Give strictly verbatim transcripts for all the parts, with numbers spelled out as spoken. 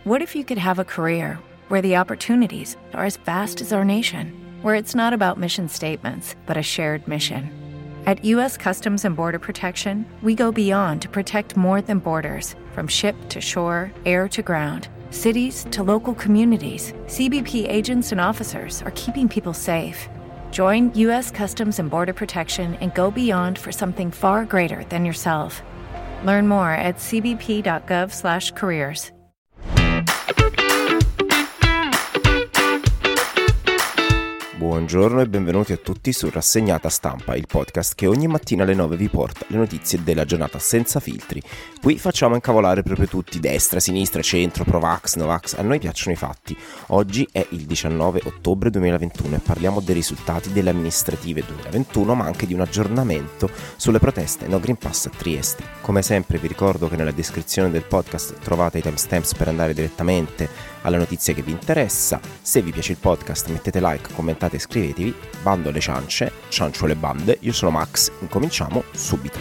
What if you could have a career where the opportunities are as vast as our nation, where it's not about mission statements, but a shared mission? At U S Customs and Border Protection, we go beyond to protect more than borders. From ship to shore, air to ground, cities to local communities, C B P agents and officers are keeping people safe. Join U S Customs and Border Protection and go beyond for something far greater than yourself. Learn more at c b p dot gov slash careers. Buongiorno e benvenuti a tutti su Rassegnata Stampa, il podcast che ogni mattina alle nove vi porta le notizie della giornata senza filtri. Qui facciamo incavolare proprio tutti, destra, sinistra, centro, pro-vax, no-vax, a noi piacciono i fatti. Oggi è il diciannove ottobre duemilaventuno e parliamo dei risultati delle amministrative duemilaventuno, ma anche di un aggiornamento sulle proteste No Green Pass a Trieste. Come sempre vi ricordo che nella descrizione del podcast trovate i timestamps per andare direttamente alla notizia che vi interessa. Se vi piace il podcast mettete like, commentate e iscrivetevi. Bando alle ciance, ciancio alle bande. Io sono Max, incominciamo subito.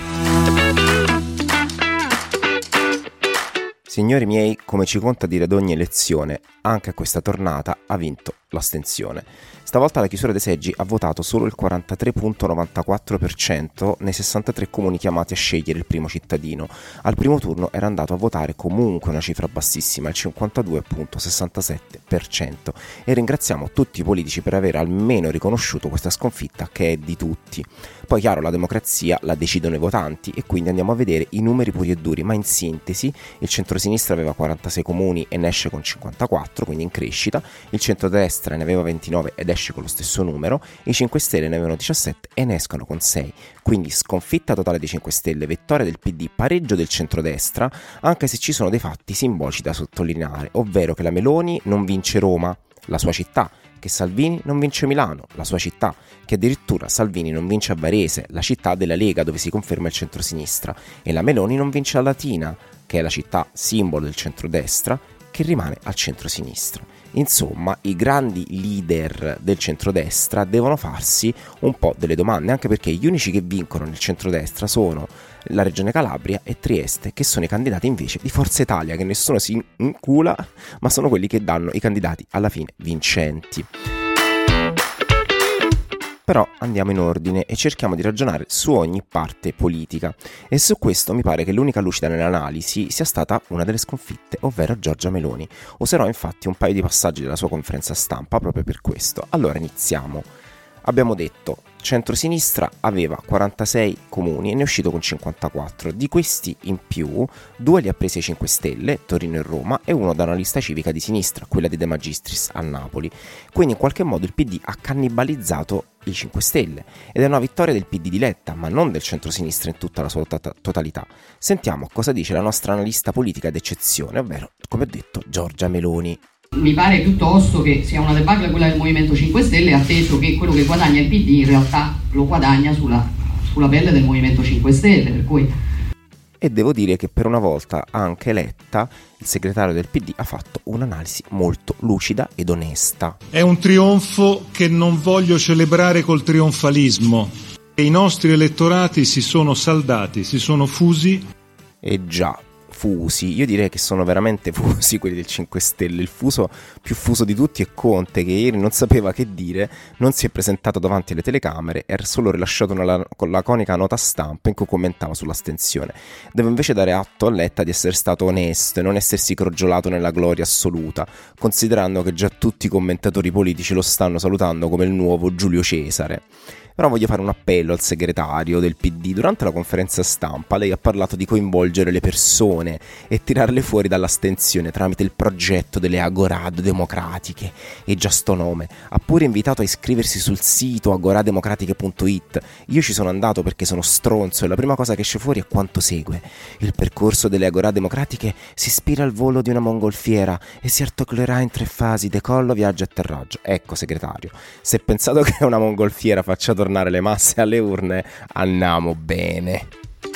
Signori miei, come ci conta dire ad ogni elezione, anche a questa tornata ha vinto l'astensione. Stavolta alla chiusura dei seggi ha votato solo il quarantatré virgola novantaquattro per cento nei sessantatré comuni chiamati a scegliere il primo cittadino. Al primo turno era andato a votare comunque una cifra bassissima, il cinquantadue virgola sessantasette per cento, e ringraziamo tutti i politici per aver almeno riconosciuto questa sconfitta che è di tutti. Poi chiaro, la democrazia la decidono i votanti e quindi andiamo a vedere i numeri puri e duri, ma in sintesi il centrosinistra aveva quarantasei comuni e ne esce con cinquantaquattro, quindi in crescita, il centrodestra ne aveva ventinove ed esce con lo stesso numero, i cinque Stelle ne avevano diciassette e ne escono con sei, quindi sconfitta totale dei cinque Stelle, vittoria del P D, pareggio del centrodestra, anche se ci sono dei fatti simbolici da sottolineare, ovvero che la Meloni non vince Roma, la sua città, che Salvini non vince Milano, la sua città, che addirittura Salvini non vince a Varese, la città della Lega dove si conferma il centrosinistra, e la Meloni non vince a Latina, che è la città simbolo del centrodestra, che rimane al centrosinistra. Insomma, i grandi leader del centrodestra devono farsi un po' delle domande, anche perché gli unici che vincono nel centrodestra sono la Regione Calabria e Trieste, che sono i candidati invece di Forza Italia, che nessuno si incula, ma sono quelli che danno i candidati alla fine vincenti. Però andiamo in ordine e cerchiamo di ragionare su ogni parte politica, e su questo mi pare che l'unica lucida nell'analisi sia stata una delle sconfitte, ovvero Giorgia Meloni. Userò infatti un paio di passaggi della sua conferenza stampa proprio per questo. Allora iniziamo. Abbiamo detto, centrosinistra aveva quarantasei comuni e ne è uscito con cinquantaquattro. Di questi in più, due li ha presi ai cinque Stelle, Torino e Roma, e uno da una lista civica di sinistra, quella di De Magistris a Napoli. Quindi in qualche modo il P D ha cannibalizzato i cinque Stelle ed è una vittoria del P D di Letta, ma non del centrosinistra in tutta la sua to- totalità. Sentiamo cosa dice la nostra analista politica d'eccezione, ovvero, come ho detto, Giorgia Meloni. Mi pare piuttosto che sia una debacle quella del Movimento cinque Stelle, atteso che quello che guadagna il P D in realtà lo guadagna sulla, sulla pelle del Movimento cinque Stelle, per cui... E devo dire che per una volta anche Letta, il segretario del P D, ha fatto un'analisi molto lucida ed onesta. È un trionfo che non voglio celebrare col trionfalismo. E i nostri elettorati si sono saldati, si sono fusi. E già, fusi, io direi che sono veramente fusi quelli del cinque Stelle. Il fuso più fuso di tutti è Conte, che ieri non sapeva che dire, non si è presentato davanti alle telecamere e ha solo rilasciato una laconica nota stampa in cui commentava sull'astensione. Devo invece dare atto a Letta di essere stato onesto e non essersi crogiolato nella gloria assoluta, considerando che già tutti i commentatori politici lo stanno salutando come il nuovo Giulio Cesare. Però voglio fare un appello al segretario del P D. Durante la conferenza stampa lei ha parlato di coinvolgere le persone e tirarle fuori dall'astensione tramite il progetto delle agorad democratiche, e già sto nome. Ha pure invitato a iscriversi sul sito agorademocratiche punto it. Io ci sono andato perché sono stronzo e la prima cosa che esce fuori è quanto segue. Il percorso delle agorad democratiche si ispira al volo di una mongolfiera e si articolerà in tre fasi: decollo, viaggio e atterraggio. Ecco, segretario, se pensato che una mongolfiera faccia tornare le masse alle urne, andiamo bene.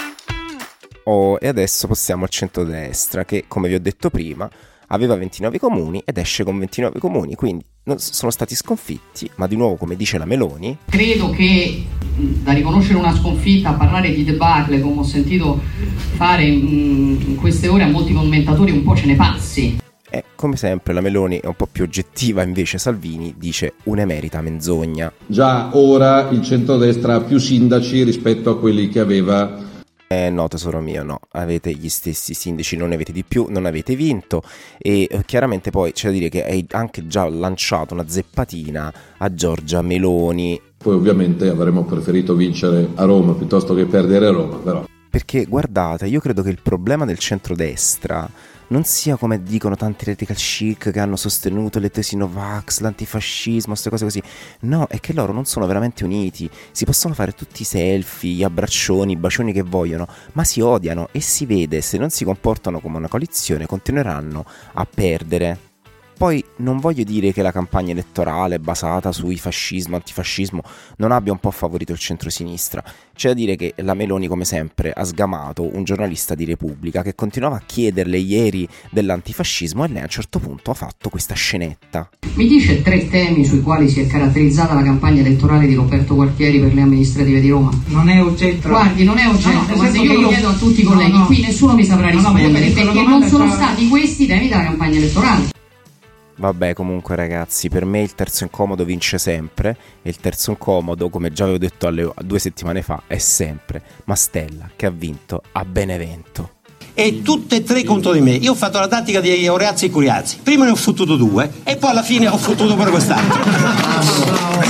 Oh, e adesso passiamo al centrodestra, che, come vi ho detto prima, aveva ventinove comuni ed esce con ventinove comuni, quindi sono stati sconfitti, ma di nuovo, come dice la Meloni, credo che da riconoscere una sconfitta a parlare di debacle, come ho sentito fare in queste ore a molti commentatori, un po' ce ne passi. E come sempre la Meloni è un po' più oggettiva, invece Salvini dice un'emerita menzogna. Già ora il centrodestra ha più sindaci rispetto a quelli che aveva. Eh no tesoro mio, no, avete gli stessi sindaci, non ne avete di più, non avete vinto e eh, chiaramente poi c'è da dire che hai anche già lanciato una zeppatina a Giorgia Meloni. Poi ovviamente avremmo preferito vincere a Roma piuttosto che perdere a Roma, però. Perché guardate, io credo che il problema del centrodestra non sia come dicono tanti radical chic che hanno sostenuto le tesi Novax, l'antifascismo, queste cose così. No, è che loro non sono veramente uniti. Si possono fare tutti i selfie, gli abbraccioni, i bacioni che vogliono, ma si odiano e si vede, se non si comportano come una coalizione continueranno a perdere. Poi non voglio dire che la campagna elettorale basata sui fascismo, antifascismo non abbia un po' favorito il centrosinistra. C'è da dire che la Meloni, come sempre, ha sgamato un giornalista di Repubblica che continuava a chiederle ieri dell'antifascismo e lei a un certo punto ha fatto questa scenetta. Mi dice tre temi sui quali si è caratterizzata la campagna elettorale di Roberto Gualtieri per le amministrative di Roma. Non è urgente. Guardi, non è urgente, no, ma se io lo io... chiedo a tutti i colleghi, no, no. Qui nessuno mi saprà rispondere, no, no, perché non sono stati questi i temi della campagna elettorale. Vabbè, comunque ragazzi, per me il terzo incomodo vince sempre e il terzo incomodo, come già avevo detto alle, due settimane fa, è sempre Mastella che ha vinto a Benevento. E tutte e tre contro di me. Io ho fatto la tattica di Oreazzi e Curiazzi. Prima ne ho fottuto due e poi alla fine ho fottuto pure quest'altro.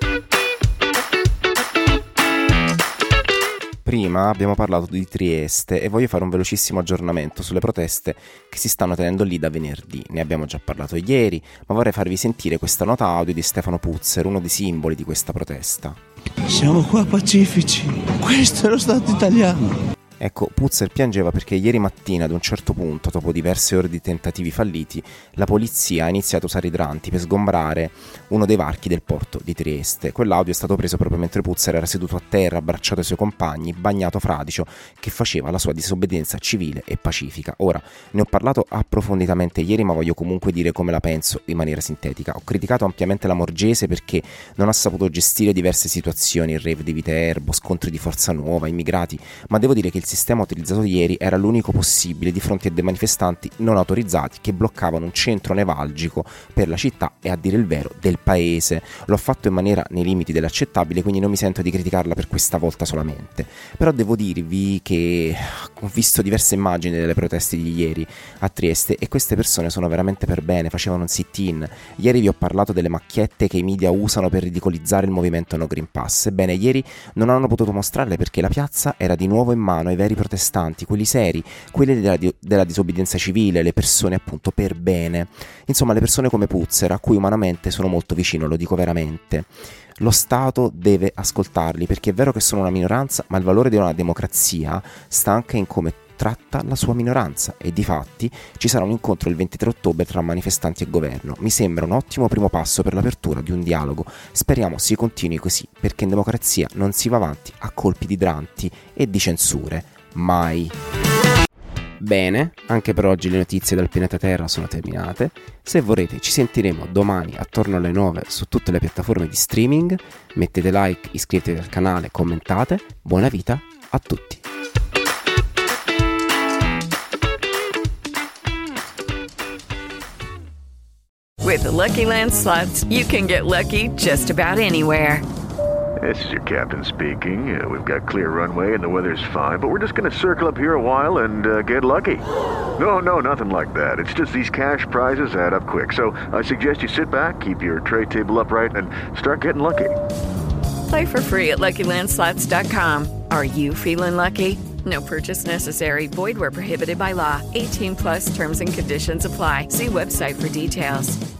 Prima abbiamo parlato di Trieste e voglio fare un velocissimo aggiornamento sulle proteste che si stanno tenendo lì da venerdì. Ne abbiamo già parlato ieri, ma vorrei farvi sentire questa nota audio di Stefano Puzzer, uno dei simboli di questa protesta. Siamo qua pacifici, questo è lo Stato italiano. Ecco, Puzzer piangeva perché ieri mattina, ad un certo punto, dopo diverse ore di tentativi falliti, la polizia ha iniziato a usare idranti per sgombrare uno dei varchi del porto di Trieste. Quell'audio è stato preso proprio mentre Puzzer era seduto a terra, abbracciato ai suoi compagni, bagnato fradicio, che faceva la sua disobbedienza civile e pacifica. Ora, ne ho parlato approfonditamente ieri, ma voglio comunque dire come la penso in maniera sintetica. Ho criticato ampiamente la Morgese perché non ha saputo gestire diverse situazioni, il rave di Viterbo, scontri di Forza Nuova, immigrati, ma devo dire che il Il sistema utilizzato ieri era l'unico possibile di fronte a dei manifestanti non autorizzati che bloccavano un centro nevralgico per la città e, a dire il vero, del paese. L'ho fatto in maniera nei limiti dell'accettabile, quindi non mi sento di criticarla per questa volta solamente. Però devo dirvi che ho visto diverse immagini delle proteste di ieri a Trieste e queste persone sono veramente per bene, facevano un sit-in. Ieri vi ho parlato delle macchiette che i media usano per ridicolizzare il movimento No Green Pass. Ebbene, ieri non hanno potuto mostrarle perché la piazza era di nuovo in mano ai veri protestanti, quelli seri, quelli della, della disobbedienza civile, le persone appunto per bene, insomma le persone come Puzzer, a cui umanamente sono molto vicino, lo dico veramente. Lo Stato deve ascoltarli perché è vero che sono una minoranza, ma il valore di una democrazia sta anche in come tratta la sua minoranza e difatti ci sarà un incontro il ventitré ottobre tra manifestanti e governo. Mi sembra un ottimo primo passo per l'apertura di un dialogo. Speriamo si continui così, perché in democrazia non si va avanti a colpi di idranti e di censure. Mai. Bene, anche per oggi le notizie dal pianeta Terra sono terminate. Se vorrete ci sentiremo domani attorno alle nove su tutte le piattaforme di streaming. Mettete like, iscrivetevi al canale, commentate. Buona vita a tutti. With the Lucky Land Slots, you can get lucky just about anywhere. This is your captain speaking. Uh, we've got clear runway and the weather's fine, but we're just going to circle up here a while and uh, get lucky. No, no, nothing like that. It's just these cash prizes add up quick. So I suggest you sit back, keep your tray table upright, and start getting lucky. Play for free at Lucky Land Slots dot com. Are you feeling lucky? No purchase necessary. Void where prohibited by law. eighteen plus terms and conditions apply. See website for details.